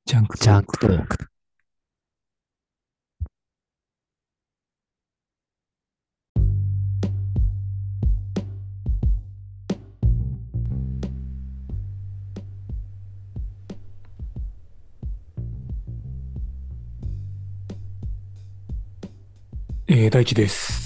ジャンクトジャンクーク。 トーク。 大地です。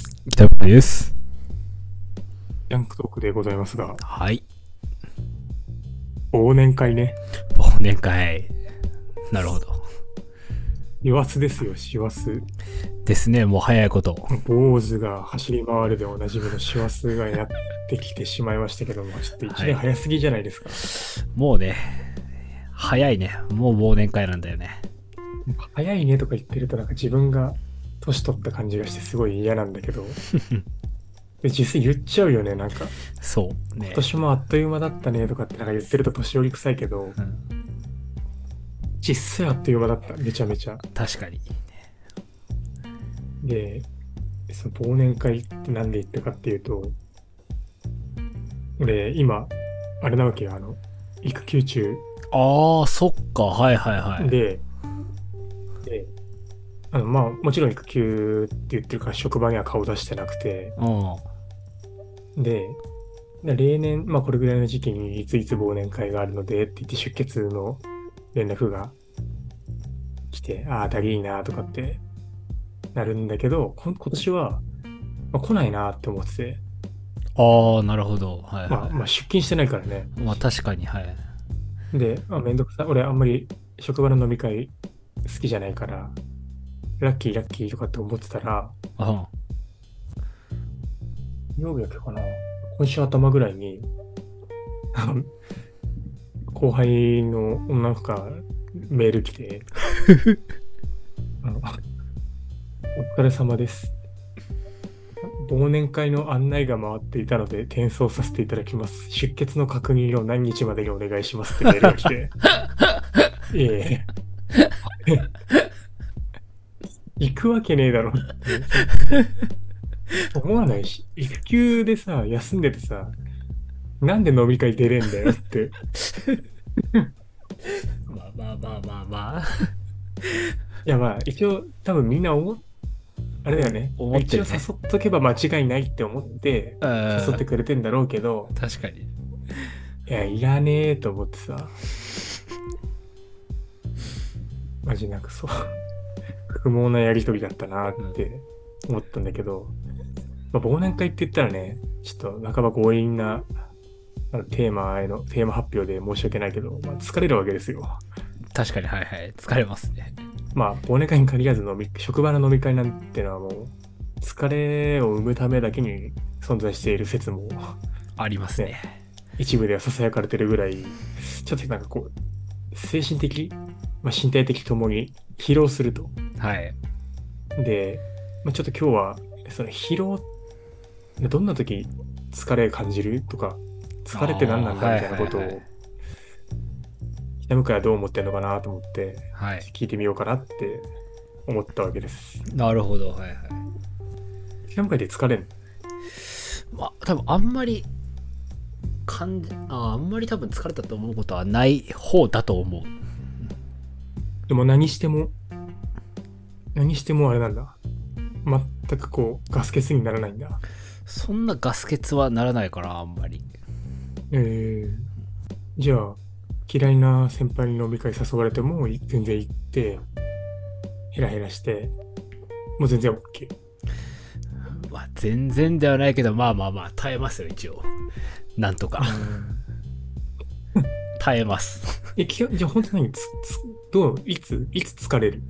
北村です。 ジャンクトークでございますが、 はい。 忘年会ね。 忘年会。なるほど。 師走ですよ、師走。 ですね、もう早いこと。 坊主が走り回るでおなじみの師走がやってきてしまいましたけども、ちょっと一年はい。 早すぎじゃないですか。 もうね、早いね。もう忘年会なんだよね。 早いねとか言ってるとなんか自分が年取った感じがしてすごい嫌なんだけど、で実際言っちゃうよね。なんか、 そう今ね。 年もあっという間だったねとかってなんか言ってると年寄り臭いけど、 うん。 実際あっという間だった。めちゃめちゃ。 確かに。 で、その忘年会ってなんで言ったかっていうと、俺、今、あれなわけよ、育休中ああ、そっか。はいはいはい。 で、で、まあ、もちろん育休って言ってるから職場には顔出してなくて、 うん。 で、例年、まあ、これぐらいの時期にいついつ忘年会があるのでって言って出欠の連絡が来て、ああ、だりーなとかってなるんだけど、今年は、まあ、来ないなって思ってて、 ああ、なるほど。はいはまあ、出勤してないからね。 い。まあ確かに、はい。 で、まあ、めんどくさい。俺、あんまり職場の飲み会好きじゃないから、ラッキーラッキーとかって思ってたら、 うん。 曜日だっけかな。今週頭ぐらいに、あの後輩の女の子からメール来て、お疲れ様です。忘年会の案内が回っていたので転送させていただきます。出欠の確認を何日までにお願いしますってメールが来て、ええ行くわけねえだろって、思わないし、育休でさ、休んでてさ、なんで飲み会出れんだよって。 まあまあまあまあまあ。 いやまあ、一応多分みんなあれだよね。一応思ってるね。 誘っとけば間違いないって思ってうん。 誘ってくれてんだろうけど、 確かに。 いや、いらねえと思ってさ、マジなんかそう、不毛なやりとりだったなっうん。 て思ったんだけど、まあ、忘年会って言ったらね、ちょっと半ば強引なテーマ発表で申し訳ないけど、まあ、疲れるわけですよ。 確かに、はいはい。疲れますね。 まあ、忘年会に限らず職場の飲み会なんてのはもう、疲れを生むためだけに存在している説もありますね、 ね。 一部では囁かれてるぐらい、ちょっとなんかこう、精神的、まあ、身体的ともに疲労すると。 はい。 で、まあ、ちょっと今日は、その疲労、どんな時疲れ感じるとか、 あ疲れって何なあ、 んだみたいなはいはいはい。 ことを、北向井はどう思ってんのかなと思って、 はい。 聞いてみようかなって思ったわけです。 なるほど、はいはい。 北向井で疲れん？ まあ、多分あんまりあんまり多分疲れたと思うことはない方だと思う。 でも何してもあれなんだ。全くこう、ガス欠にならないんだ。 そんなガス欠はならないかな、あんまり。 えー、じゃあ、嫌いな先輩に飲み会誘われても全然行って、ヘラヘラして、もう全然 OK。 まあ、全然ではないけど、まあまあまあ、耐えますよ、一応。なんとか。 うん。 耐えます。 じゃあ本当にいつ疲れる？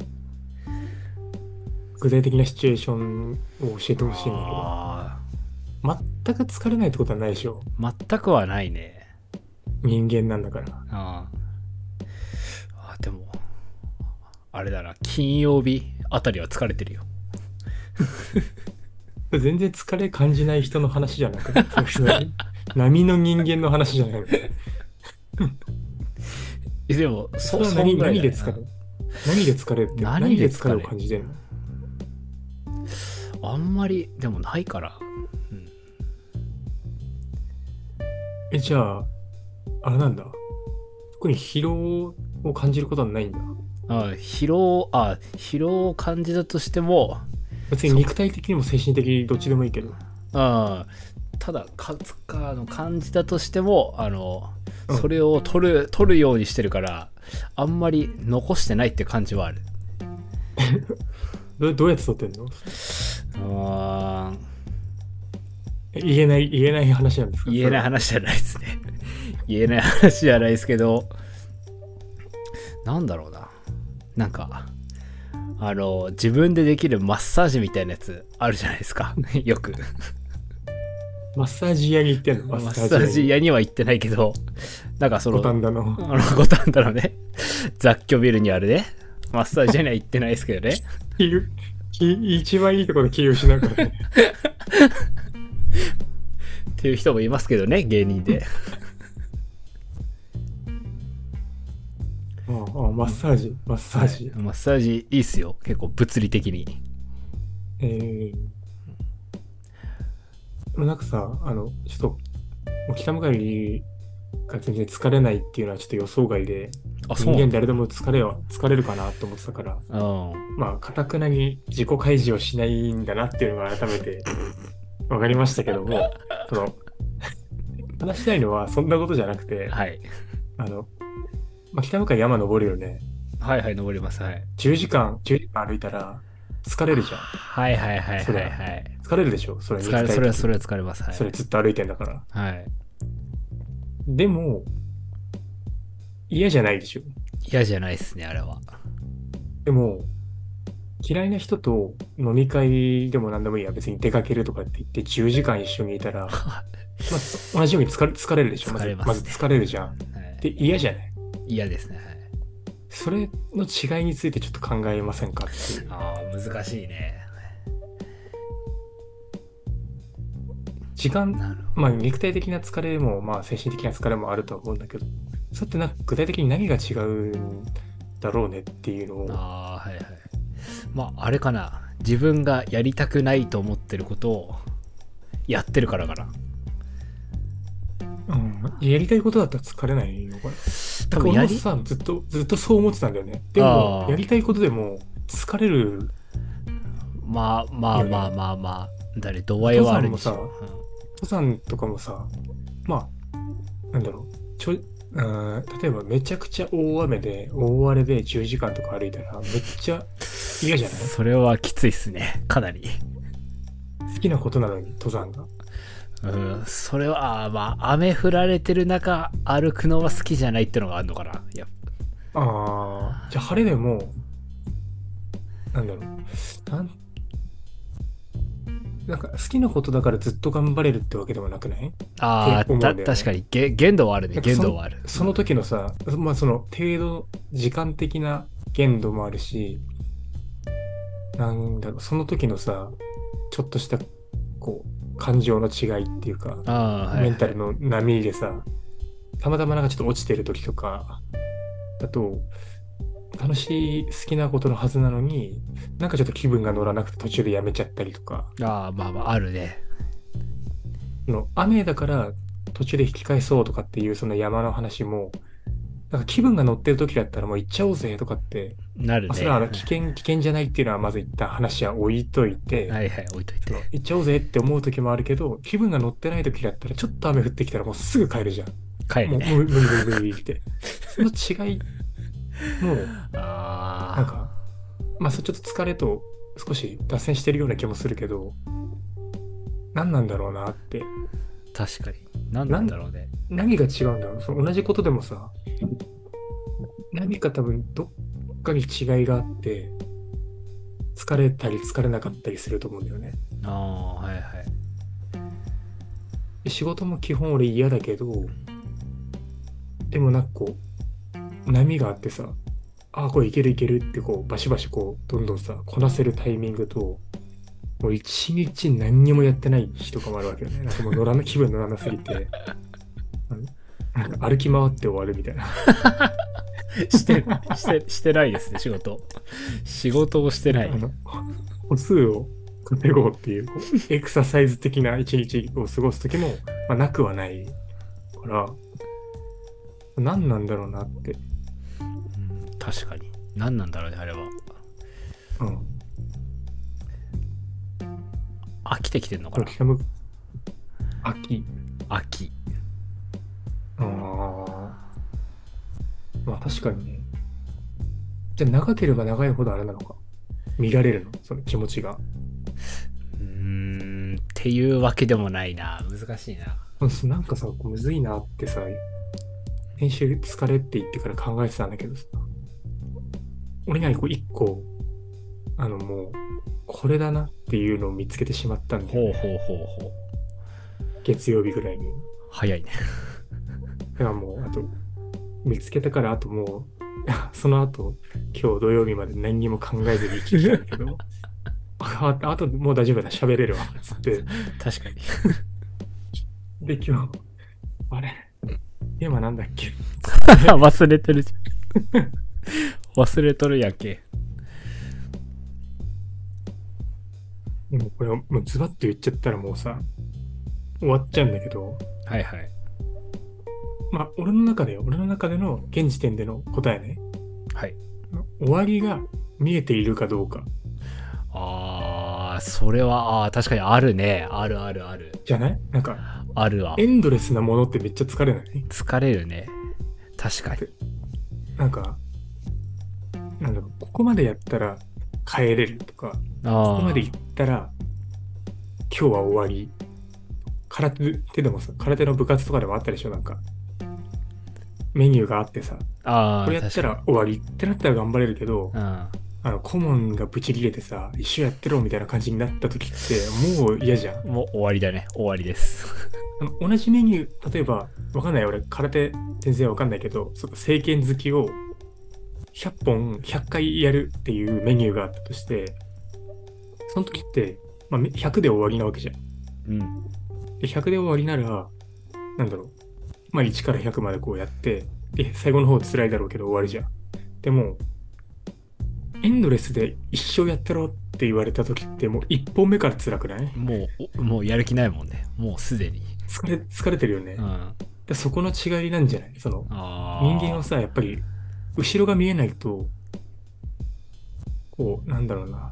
具体的なシチュエーションを教えてほしいんだけど。 あ全く疲れないってことはないでしょ。 全くはないね。 人間なんだから。 あでも、あれだな、金曜日あたりは疲れてるよ。 全然疲れ感じない人の話じゃなくない？それ波の人間の話じゃないの？ でも、 それはそんぐらいだね。 何で疲れる？何で疲れるって、 何何で疲れをで疲れる？ 感じてんの？ あんまり、でもないから。 じゃあ、あれなんだ。特に疲労を感じることはないんだ。 疲労を感じたとしても、 別に肉体的にも精神的にどっちでもいいけど。 ただ感じたとしてもうんそれを取るようにしてるから、あんまり残してないって感じはある。 どうやって撮ってんの？ あ言えない話なんですか？ 言えない話じゃないですね。言えない話じゃないですけど、なんだろうな、なんか自分でできるマッサージみたいなやつあるじゃないですか。よくマッサージ屋に行ってんの？ マッサージ屋には行ってないけど、なんかその五反田の五反田のね、雑居ビルにあるね、マッサージ屋には行ってないですけどね。 一番いいところで気を失うからね。 っていう人もいますけどね、芸人で。 マッサージ。 マッサージいいっすよ、結構物理的に。 なんかさ、ちょっと、もう北向りが全然疲れないっていうのはちょっと予想外で、人間誰でも疲れるかなと思ってたから、まあ、堅くなに自己開示をしないんだなっていうのが改めて分かりましたけども、話したいのはそんなことじゃなくて、 はい。 まあ、北向山登るよね。 はいはい、登ります。はい。 10時間歩いたら疲れるじゃん。 はいはいはいはいはい。 疲れるでしょ？それそれは疲れます。はい。 それずっと歩いてんだから。 はい。 でも、嫌じゃないでしょ？ 嫌じゃないっすね、あれは。 でも、嫌いな人と飲み会でも何でもいいや、別に出かけるとかって言って10時間一緒にいたら、まあ、同じように疲れるでしょ？ 疲れます、ね。 まず疲れるじゃん。はい、で、嫌じゃない？ 嫌ですね。はい。 それの違いについてちょっと考えませんかっていう。 難しいね。 時間、まあ肉体的な疲れも、まあ精神的な疲れもあるとは思うんだけど、それってなんか具体的に何が違うんだろうねっていうのを。 はいはい。まああれかな。自分がやりたくないと思ってることをやってるからかな。 やりたいことだったら疲れないのかな。多分俺もさ、ずっとそう思ってたんだよね。でも、やりたいことでも疲れる。 まあ。度合いはあるでしょ。 登山とかもさ、まあ、なんだろう。例えばめちゃくちゃ大荒れで10時間とか歩いたらめっちゃ嫌じゃない？ それはきついっすね。かなり。 好きなことなのに、登山が。 それは、まあ、雨降られてる中歩くのは好きじゃないってのがあるのかな。じゃあ晴れでも、なんだろう。なんか好きなことだからずっと頑張れるってわけではなくない？ 確かに限度はあるね。限度はある。 その時のさ、まあその程度、時間的な限度もあるし、なんだろう、その時のさ、ちょっとしたこう感情の違いっていうか、メンタルの波でさ、たまたまなんかちょっと落ちてる時とかだと、楽しい好きなことのはずなのに、なんかちょっと気分が乗らなくて途中でやめちゃったりとか。 まああるね。 雨だから途中で引き返そうとかっていうその山の話も、なんか気分が乗ってる時だったらもう行っちゃおうぜとかってなるね。 それは危険じゃないっていうのはまず一旦話は置いといて、 置いといて行っちゃおうぜって思う時もあるけど、気分が乗ってない時だったらちょっと雨降ってきたらもうすぐ帰るじゃん。 帰るね。 もう無理って。その違いもうなんかまあちょっと疲れと少し脱線してるような気もするけど、何なんだろうなって。 確かに何なんだろうね。 何が違うんだろう。同じことでもさ、何か多分どっかに違いがあって疲れたり疲れなかったりすると思うんだよね。 はいはい。 仕事も基本俺嫌だけど、でもなんかこう波があってさ、これいけるってこうバシバシこうどんどんさこなせるタイミングと、もう一日何にもやってない日とかもあるわけよね。なんかもう気分乗らなすぎてなんか歩き回って終わるみたいなしてないですね。仕事をしてない。 歩数を稼ごうっていうエクササイズ的な一日を過ごす時も、まあ、なくはないから、何なんだろうなって。 確かに。 何なんだろうね、あれは。 うん。 飽きてきてんのかな。 北向秋。 秋。 ああ。まあ確かにね。じゃあ長ければ長いほどあれなのか。見られるのその気持ちが。 っていうわけでもないな。難しいな。 なんかさ、むずいなってさ、編集疲れって言ってから考えてたんだけどさ、俺には一個、もう、これだなっていうのを見つけてしまったんだよね。 ほうほうほうほう。 月曜日ぐらいに。 早いね。 だからもう、あと、見つけたから、あともう、その後、今日土曜日まで何にも考えずに生きてたんだけど、あともう大丈夫だ、喋れるわ、つって。 確かに。 で、今日、あれテーマなんだっけ忘れてるじゃん。忘れとるやんけ。 でもこれ、もうズバッと言っちゃったらもうさ、終わっちゃうんだけど、 はいはい。 まあ、俺の中での現時点での答えね。 はい。 終わりが見えているかどうか。 それは、確かにあるね。あるあるある。 じゃないなんか、 あるわ。 エンドレスなものってめっちゃ疲れない疲れるね。確かに。 なんか、なんだろう、ここまでやったら帰れるとか、ここまで行ったら今日は終わり。空手でもさ、空手の部活とかでもあったでしょなんか、メニューがあってさ、これやったら終わりってなったら頑張れるけど、顧問がブチ切れてさ、一緒やってろみたいな感じになった時ってもう嫌じゃん。 もう終わりだね。終わりです。 同じメニュー、例えば、わかんない、俺、空手全然わかんないけど、正拳突きを100本、100回やるっていうメニューがあったとして、その時って、まあ、100で終わりなわけじゃん。 うん。 で、100で終わりなら、なんだろう、まあ1から100までこうやって、で、最後の方辛いだろうけど終わりじゃん。でも、エンドレスで一生やってろって言われた時ってもう1本目から辛くない？ もうやる気ないもんね。もうすでに。 疲れてるよね。 うん。 でそこの違いなんじゃない？人間はさ、やっぱり後ろが見えないと、こう、なんだろうな。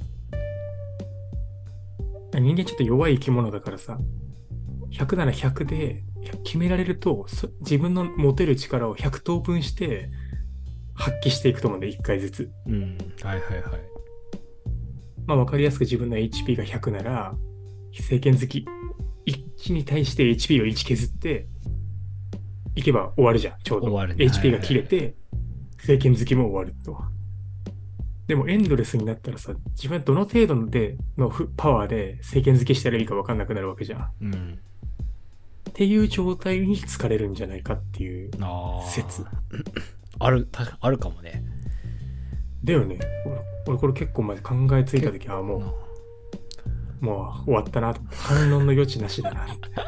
人間ちょっと弱い生き物だからさ、100なら100で決められると、自分の持てる力を100等分して発揮していくと思うんで、1回ずつ。 うん。はいはいはい。 まあ分かりやすく自分の HP が100なら、聖剣好き1に対して HP を1削っていけば終わるじゃん、ちょうど。 終わるね。 HP が切れて、聖剣好きも終わると。でもエンドレスになったらさ、自分はどの程度でのパワーで聖剣好きしたらいいか分かんなくなるわけじゃん。 うん。 っていう状態に疲れるんじゃないかっていう説。 あるかもね。 だよね。俺これ結構前考えついた時はもう終わったな。反論の余地なしだな。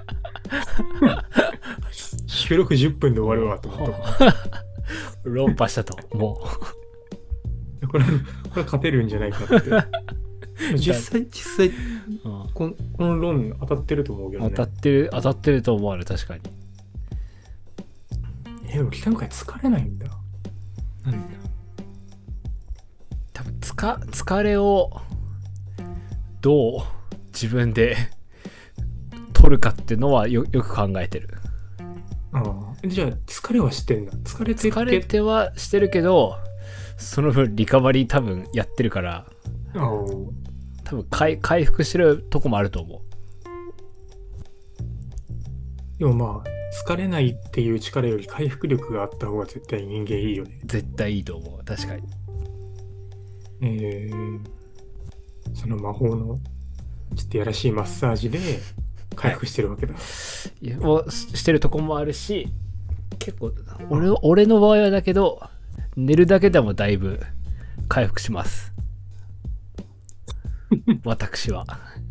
収録10分で終わるわと思った。 論破したと。もう。これ勝てるんじゃないかって。実際、この論当たってると思うけどね。 当たってると思われる、確かに。 でも北向井疲れないんだ。なんだ。 多分疲れをどう自分で取るかっていうのはよく考えてる。 じゃあ疲れはしてんだ。疲れてはしてるけど、その分リカバリー多分やってるから、多分回復してるとこもあると思う。 でもまあ疲れないっていう力より回復力があった方が絶対人間いいよね。 絶対いいと思う。確かに。 その魔法のちょっとやらしいマッサージで回復してるわけだ。 いや、もうしてるとこもあるし、結構俺の場合はだけど、寝るだけでもだいぶ回復します。私は。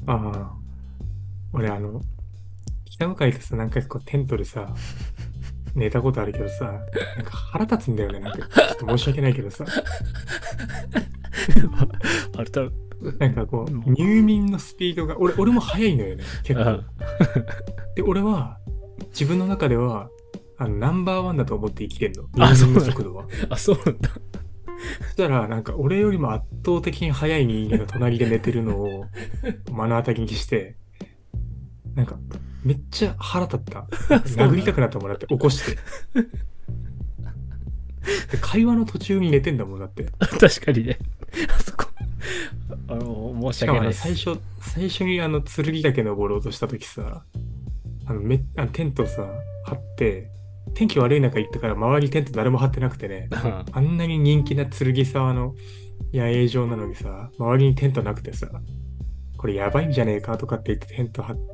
俺北向井とさ、何回かこうテントでさ、寝たことあるけどさ、なんか腹立つんだよね。なんかちょっと申し訳ないけどさ。 あれ多分なんかこう、入眠のスピードが、俺も速いのよね、結構。で、俺は、自分の中では、ナンバーワンだと思って生きてんの。入眠の速度は。 そうなんだ。 したら、なんか俺よりも圧倒的に速い人間が隣で寝てるのを目の当たりにして、なんかめっちゃ腹立った。なんかそうなの。 殴りたくなったもんだって起こして。で会話の途中に寝てんだもんだって。 確かにね。あそこ。申ししかも訳ないです。 最初に剣岳登ろうとした時さ、テントさ、張って、天気悪い中行ったから周りテント誰も張ってなくてね、 うん。 あんなに人気な剣沢の野営場なのにさ、周りにテントなくてさ、これやばいんじゃねえかとかって言ってテント張って、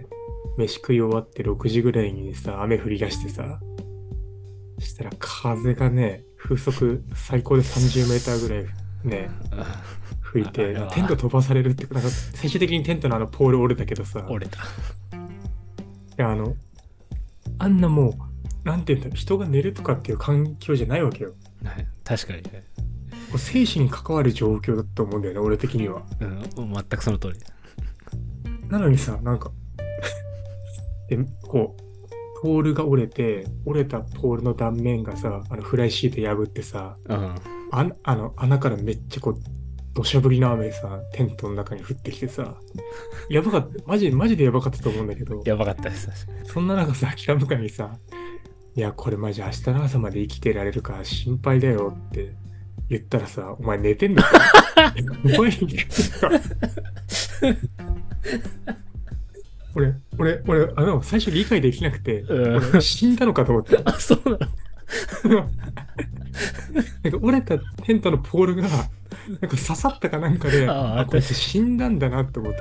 飯食い終わって6時ぐらいにさ、雨降り出してさ、そしたら風がね、風速最高で30メーターぐらいね、吹いて、 あれはテント飛ばされるっていうか、なんか最終的にテントのポール折れたけどさ、 折れた。 いやあんなもう、なんていうんだろう、人が寝るとかっていう環境じゃないわけよ。 はい、確かにね。 こう生死に関わる状況だと思うんだよね、俺的には。 うん、全くその通り。 なのにさ、なんか、で、こう、ポールが折れて、折れたポールの断面がさ、フライシート破ってさ、 うん。 穴からめっちゃこう、土砂降りの雨さ、テントの中に降ってきてさ、やばかった、マジでやばかったと思うんだけど、 やばかったです。確かそんな中さ、北向かいにさ、いや、これマジ明日の朝まで生きてられるか心配だよって言ったらさ、お前寝てんのかお前最初理解できなくて、 に。うん。 俺死んだのかと思った。 あ、そうなの。 なんか折れたテントのポールが、なんか刺さったかなんかで、 ああ、 こいつ死んだんだなって思った。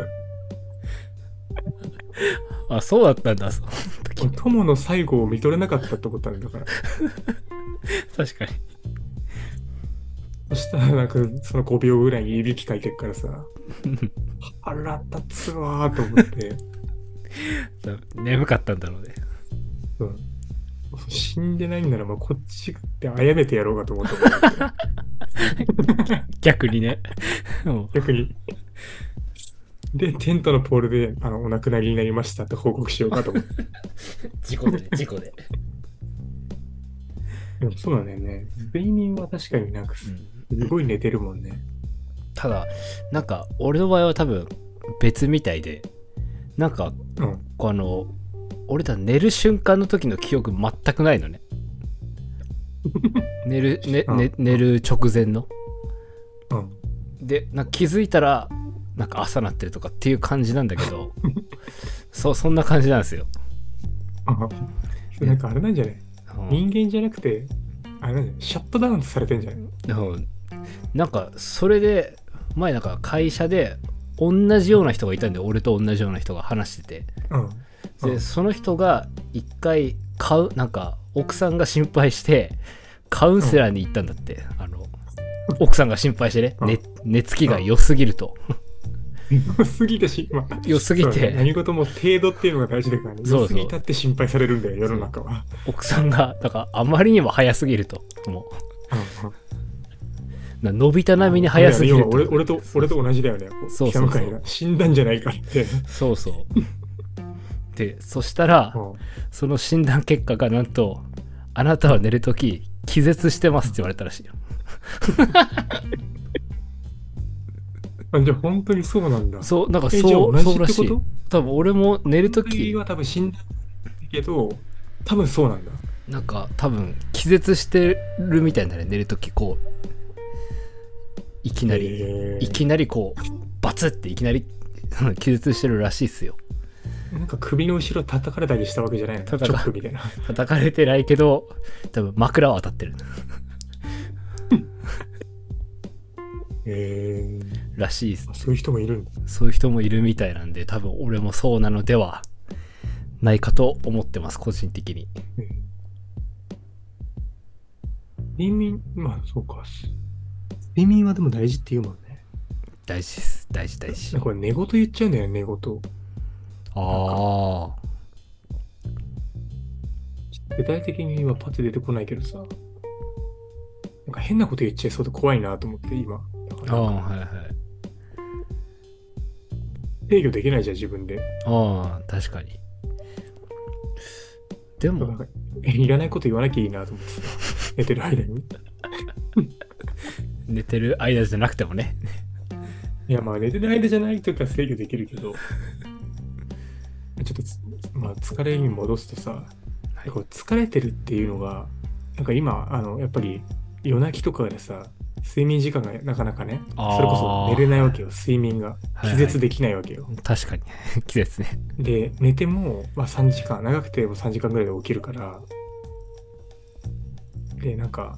あ、そうだったんだ、その時。 友の最後を見とれなかったって思ったんだから。 確かに。 そしたらなんかその5秒ぐらいにいびきかいてるからさ、腹立つわーと思って、 眠かったんだろうね。 うん、死んでないんならもうこっちって殺めてやろうかと思ったもんだけど逆にね。も逆に。で、テントのポールでお亡くなりになりましたって報告しようかと思って。 事故でね、事故で。 でもそうなんだよね。睡眠は確かになんかすごい寝てるもんね。 ただ、なんか、俺の場合は多分別みたいで、なんか、 うん。 俺だ寝る瞬間の時の記憶全くないのね。寝る直前の。 うん。 で、なんか気づいたら、なんか朝なってるとかっていう感じなんだけど、そんな感じなんですよ。 なんかあれなんじゃない、 うん人間じゃなくて、あれなんじゃないシャットダウンされてんじゃないうんなんか、それで、前なんか会社で同じような人がいたんで、俺と同じような人が話してて、 うん。 で、その人が一回なんか奥さんが心配してカウンセラーに行ったんだって、奥さんが心配してね、寝つきが良すぎると。 良すぎたし、まあ、 良すぎて、 何事も程度っていうのが大事だからね。 そうそう良すぎたって心配されるんだよ、世の中は。 奥さんがだからあまりにも早すぎると、もうんうん伸びた並みに早すぎると。 俺と同じだよね。 そうそうそう北向かいが死んだんじゃないかって。 そうそうで、そしたらその診断結果がなんと、あなたは寝るとき気絶してますって言われたらしいよ。 じゃあ本当にそうなんだ。 そう、なんかじゃあそう同じらしい。 ってこと？ 多分俺も寝るとき、 は多分死んだけど、多分そうなんだ。 なんか多分気絶してるみたいなね、寝るときこう、いきなりこう、バツっていきなり気絶してるらしいっすよ。 なんか首の後ろ叩かれたりしたわけじゃないの？チョックみたいな。 叩かれてないけど、多分枕は当たってる。らしいっす。 そういう人もいるんだ。 そういう人もいるみたいなんで、多分俺もそうなのではないかと思ってます、個人的に。 睡眠、まあそうか。睡眠はでも大事って言うもんね。 大事です。大事。 これ寝言言っちゃうんだよね、寝言。 ああ。 具体的に今パッと出てこないけどさ、なんか変なこと言っちゃいそうで怖いなと思って今。 ああ、はいはい。 制御できないじゃん、自分で。 ああ、確かに。でも、 いらないこと言わなきゃいいなと思ってさ、寝てる間に。 寝てる間じゃなくてもね。 いや、まあ寝てる間じゃないときは制御できるけど、ちょっとまあ疲れに戻すとさ、 はい、 こう疲れてるっていうのが、なんか今、やっぱり夜泣きとかでさ、睡眠時間がなかなかね、それこそ寝れないわけよ、睡眠が。気絶できないわけよ。 確かに。季節ね。 で、寝ても、まあ3時間、長くても3時間ぐらいで起きるから、で、なんか、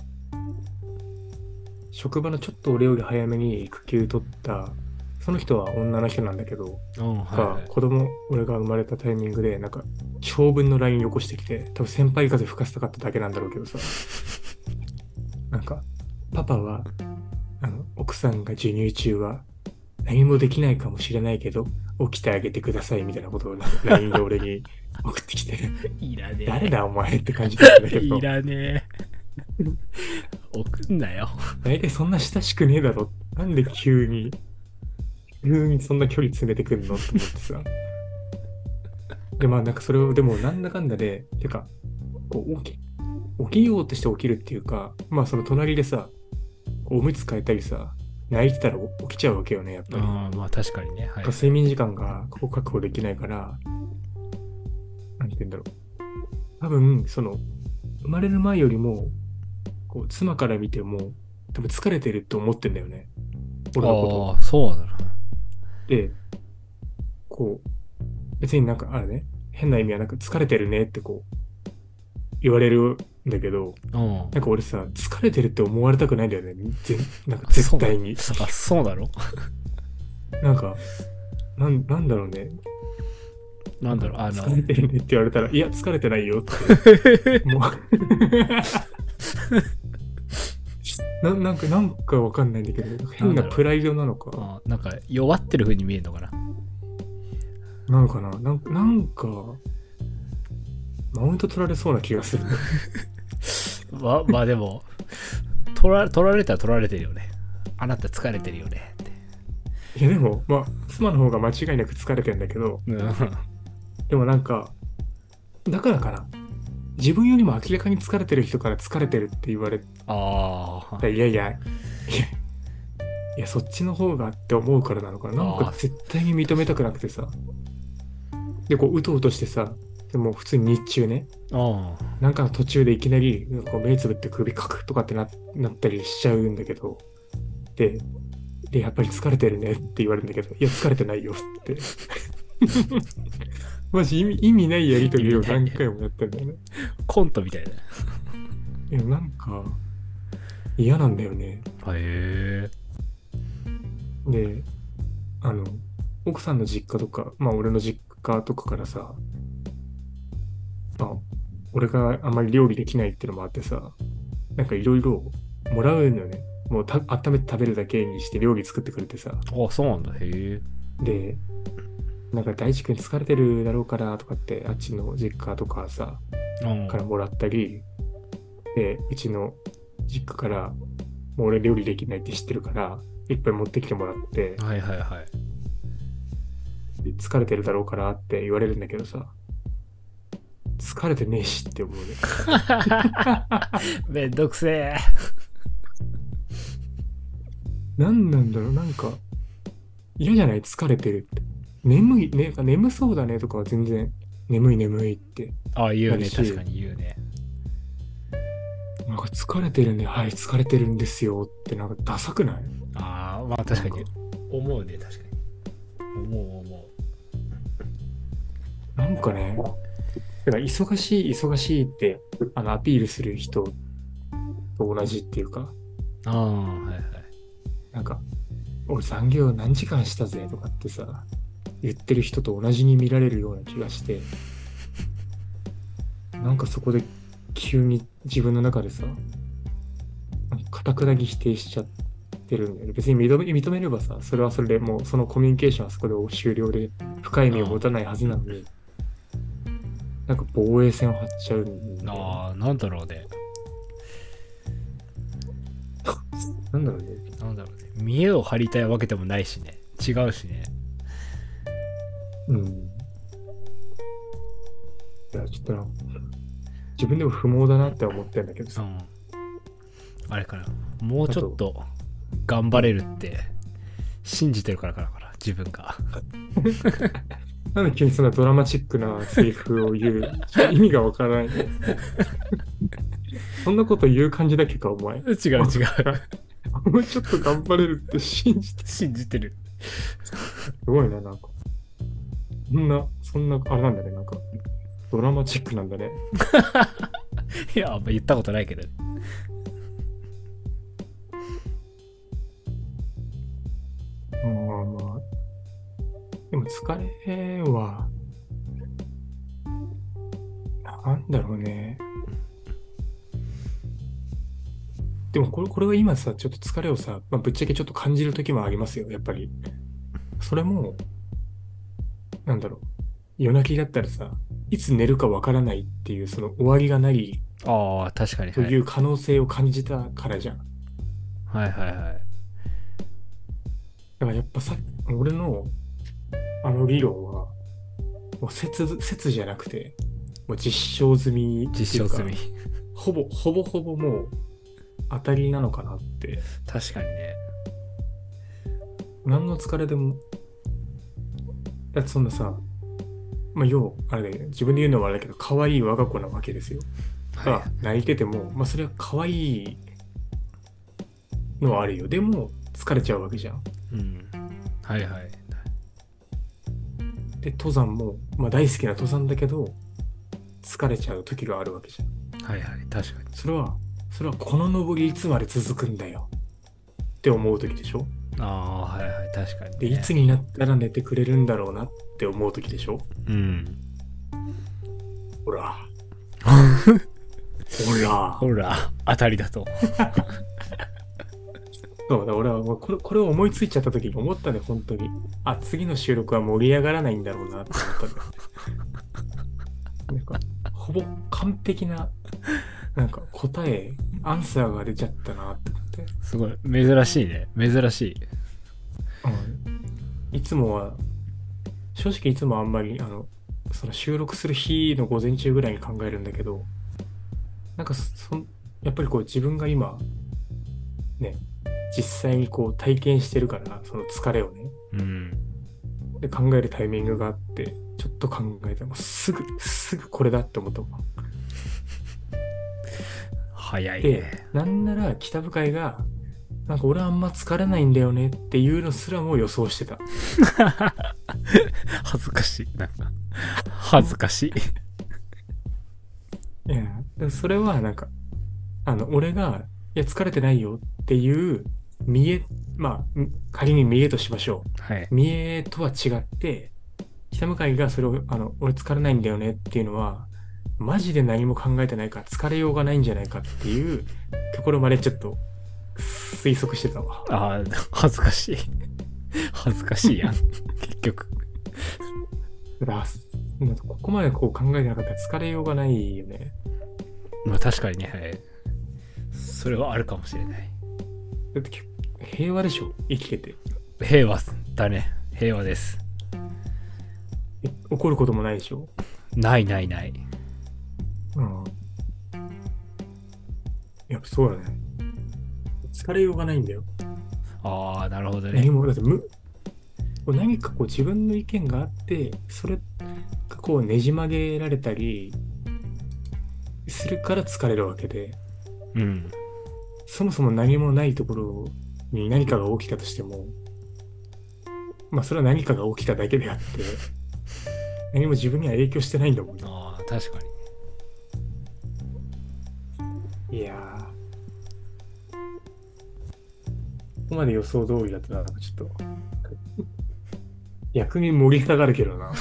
職場のちょっと俺より早めに育休取った、その人は女の人なんだけど、子供、俺が生まれたタイミングで、なんか、長文の LINE よこしてきて、多分先輩風吹かせたかっただけなんだろうけどさ、なんか、パパは、奥さんが授乳中は何もできないかもしれないけど、起きてあげてくださいみたいなことを LINE で俺に送ってきて、 いらねえ。 誰だお前って感じなんだけど。 いらねえ。送んなよ。 大体そんな親しくねえだろ。なんで急にそんな距離詰めてくんのと思ってさ。で、まあなんかそれを、でもなんだかんだで、てか、こう起きようとして起きるっていうか、まあその隣でさ、おむつ替えたりさ、泣いてたら起きちゃうわけよね、やっぱり。 まあ確かにね。はい、 睡眠時間がここ確保できないから、なんて言うんだろう。多分、その、生まれる前よりも、こう、妻から見ても、多分疲れてるって思ってんだよね。俺のことを。 ああ、そうだな。 で、こう、別になんか、あれね、変な意味はなんか疲れてるねってこう、言われるんだけど、なんか俺さ、疲れてるって思われたくないんだよね。なんか絶対に。 そうだろなんか、なんだろうね。 なんだろう、 疲れてるねって言われたら、いや、疲れてないよって。もうなんかわかんないんだけど、変なプライドなのか。 なんか弱ってる風に見えるのかな。 なのかななんか、マウント取られそうな気がする。 まあでも、取られたら取られてるよね。あなた疲れてるよねって。 いやでも、まあ、妻の方が間違いなく疲れてんだけど、でもなんか、だからかな。自分よりも明らかに疲れてる人から疲れてるって言われた。いや、そっちの方がって思うからなのかな。なんか絶対に認めたくなくてさ。で、こう、うとうとしてさ、でも普通に日中ね、なんかの途中でいきなり、こう目つぶって首かくとかってなったりしちゃうんだけど、で、やっぱり疲れてるねって言われるんだけど、いや、疲れてないよって。マジ意味ないやりとりを何回もやったんだよね。 コントみたいな。 いや、なんか、嫌なんだよね。 へえ。で、奥さんの実家とか、まあ俺の実家とかからさ、まあ、俺があんまり料理できないってのもあってさ、なんかいろいろもらうのよね。もう温めて食べるだけにして料理作ってくれてさ。 そうなんだ。へえ。 で、なんか大地君疲れてるだろうからとかって、あっちの実家とかさ、からもらったり、で、うちの実家から、もう俺料理できないって知ってるから、いっぱい持ってきてもらって、疲れてるだろうからって言われるんだけどさ、疲れてねえしって思うね。 めんどくせえ。 なんなんだろう、なんか、嫌じゃない疲れてるって。眠そうだねとかは全然、眠いって。 言うね、確かに言うね。 なんか疲れてるね、はい、疲れてるんですよって、なんかダサくない？ まあ確かに。思うね、確かに。思う。なんかね、だから忙しいってアピールする人と同じっていうか、なんか、俺残業何時間したぜとかってさ、言ってる人と同じに見られるような気がして、なんかそこで急に自分の中でさ、固くなぎ否定しちゃってるんだよね。別に認めればさ、それはそれでもうそのコミュニケーションはそこで終了で深い意味を持たないはずなのに、なんか防衛線を張っちゃうんだよね。 なんだろうね。 なんだろうね。 見栄を張りたいわけでもないしね。違うしね。 いや、ちょっと自分でも不毛だなって思ってるんだけどさ。 あれかな。もうちょっと頑張れるって信じてるから自分が。 なんで急にそんなドラマチックなセリフを言う。意味がわからない。そんなこと言う感じだけか、お前。 違う違う。 もうちょっと頑張れるって信じて。 信じてる。 すごいな、なんか。そんな、あれなんだね、なんか。ドラマチックなんだね。 いや、あんま言ったことないけどね。 まあ。でも疲れは、なんだろうね。でもこれは今さ、ちょっと疲れをさ、ぶっちゃけちょっと感じる時もありますよ、やっぱり。それも、なんだろう。夜泣きだったらさ、いつ寝るかわからないっていう、その終わりがないああ、確かに。 という可能性を感じたからじゃん。 はい。 だからやっぱ俺のあの理論は、もう説じゃなくて、もう実証済みっていうか。 実証済み。 ほぼもう当たりなのかなって。 確かにね。 何の疲れでも。だってそんなさ、あれだよね、自分で言うのはあれだけど、可愛い我が子なわけですよ。泣いてても、それは可愛いのはあるよ。でも、疲れちゃうわけじゃん。 うん。はい。 で、登山も、大好きな登山だけど、疲れちゃう時があるわけじゃん。 はい、確かに。 それはこの登りいつまで続くんだよって思う時でしょ。 ああ、はい、確かに、ね。 で、いつになったら寝てくれるんだろうなって思う時でしょ。 うん。 ほら、 当たりだと。 そうだ、俺はもうこれを思いついちゃった時に思ったね、本当に。次の収録は盛り上がらないんだろうなって思ったね。なんか、ほぼ完璧な、アンサーが出ちゃったなって思って。 すごい、珍しいね。珍しい。 いつもは、正直いつもあんまり、その収録する日の午前中ぐらいに考えるんだけど、やっぱり自分が今、ね、実際に体験してるから、その疲れをね、で考えるタイミングがあって、ちょっと考えてもすぐこれだって思ったもん。 早いね。 で、なんなら北深井が、俺あんま疲れないんだよねっていうのすらも予想してた。 恥ずかしい。恥ずかしい。 いや、それは俺が、いや、疲れてないよっていう仮に見栄としましょう。 はい。 見栄とは違って、北向井がそれを、俺疲れないんだよねっていうのは、マジで何も考えてないから疲れようがないんじゃないかっていうところまでちょっと推測してたわ。 ああ、恥ずかしい。恥ずかしいやん。結局。 ここまで考えてなかったら疲れようがないよね。 確かにね、はい。それはあるかもしれない。 だって平和でしょ、生きてて。 平和だね。平和です。 怒ることもないでしょ。 ない。 やっぱそうだね。疲れようがないんだよ。 ああ、なるほどね。 だって何か自分の意見があって、それがねじ曲げられたりするから疲れるわけで、そもそも何もないところに何かが起きたとしても、それは何かが起きただけであって、何も自分には影響してないんだもんね。 ああ、確かに。いやー、ここまで予想通りだったら、ちょっと、逆に盛り下がるけどな。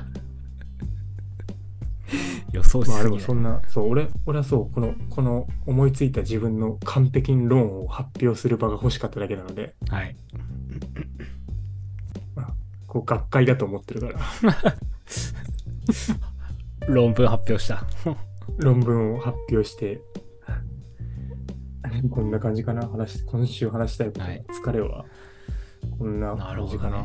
予想しすぎない。 でもそんな、俺はこの思いついた自分の完璧論を発表する場が欲しかっただけなので、 はい。 学会だと思ってるから。 論文発表した。 論文を発表して、こんな感じかな。今週話したいこと、疲れはこんな感じかな。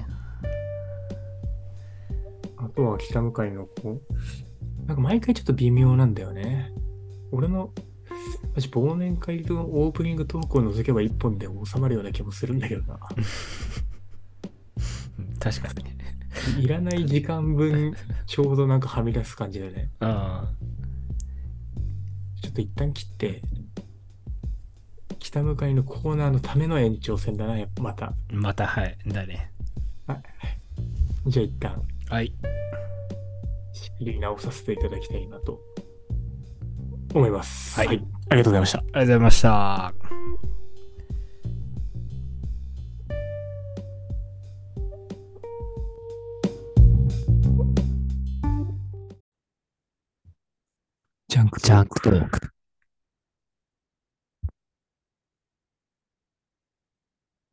あとは北向かいの毎回ちょっと微妙なんだよね。俺の私、忘年会のオープニングトークを除けば一本で収まるような気もするんだけどな。 確かにね。 いらない時間分、ちょうどなんかはみ出す感じだね。 あちょっと一旦切って、北向かいのコーナーのための延長戦だな、やっぱまた。 また、はい。だね。 はい。じゃあ一旦、 はい。 仕切り直させていただきたいなと思います。 はい。 はい。ありがとうございました。 ありがとうございました。 ジャンクジャンクトーク。